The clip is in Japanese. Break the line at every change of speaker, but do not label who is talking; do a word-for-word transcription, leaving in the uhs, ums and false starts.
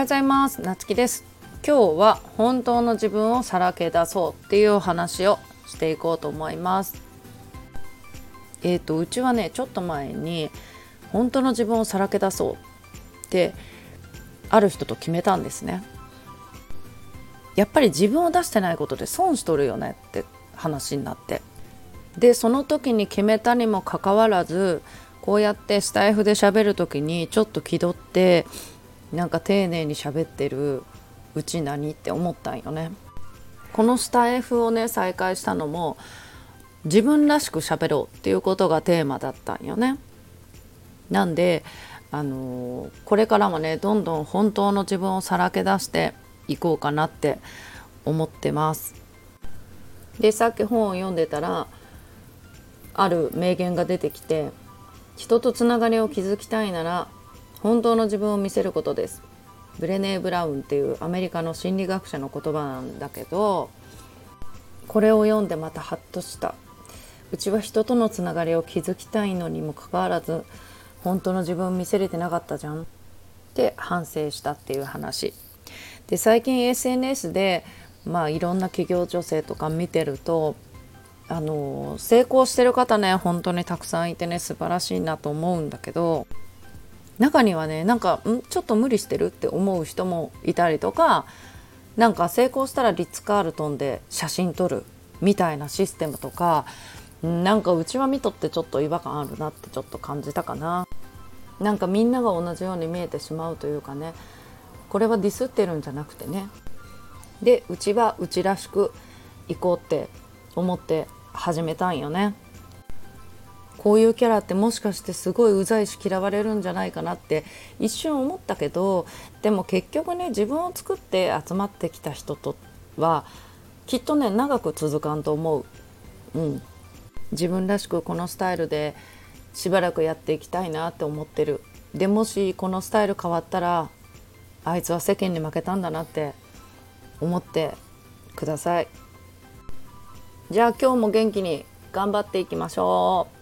はようございます。なつきです。今日は本当の自分をさらけ出そうっていうお話をしていこうと思います。えーとうちはねちょっと前に本当の自分をさらけ出そうってある人と決めたんですね。やっぱり自分を出してないことで損しとるよねって話になって、でその時に決めたにもかかわらず、こうやってスタイフで喋る時にちょっと気取ってなんか丁寧に喋ってるうち何って思ったんよね。このスタイフをね再開したのも自分らしく喋ろうっていうことがテーマだったんよね。なんであのー、これからもねどんどん本当の自分をさらけ出していこうかなって思ってます。でさっき本を読んでたらある名言が出てきて、人とつながりを築きたいなら本当の自分を見せることです。ブレネー・ブラウンっていうアメリカの心理学者の言葉なんだけど、これを読んでまたハッとした。うちは人とのつながりを築きたいのにもかかわらず本当の自分を見せれてなかったじゃんって反省したっていう話で、最近 エスエヌエス でまあいろんな企業女性とか見てると、あの成功してる方ね本当にたくさんいてね素晴らしいなと思うんだけど、中にはねなんかんちょっと無理してるって思う人もいたりとか、なんか成功したらリッツ・カールトンで写真撮るみたいなシステムとか、なんかうちは見とってちょっと違和感あるなってちょっと感じたかな。なんかみんなが同じように見えてしまうというかね、これはディスってるんじゃなくてね、でうちはうちらしく行こうって思って始めたんよね。こういうキャラってもしかしてすごいうざいし嫌われるんじゃないかなって一瞬思ったけど、でも結局ね自分を作って集まってきた人とはきっとね長く続かんと思う。うん、自分らしくこのスタイルでしばらくやっていきたいなって思ってる。でもしこのスタイル変わったらあいつは世間に負けたんだなって思ってください。じゃあ今日も元気に頑張っていきましょう。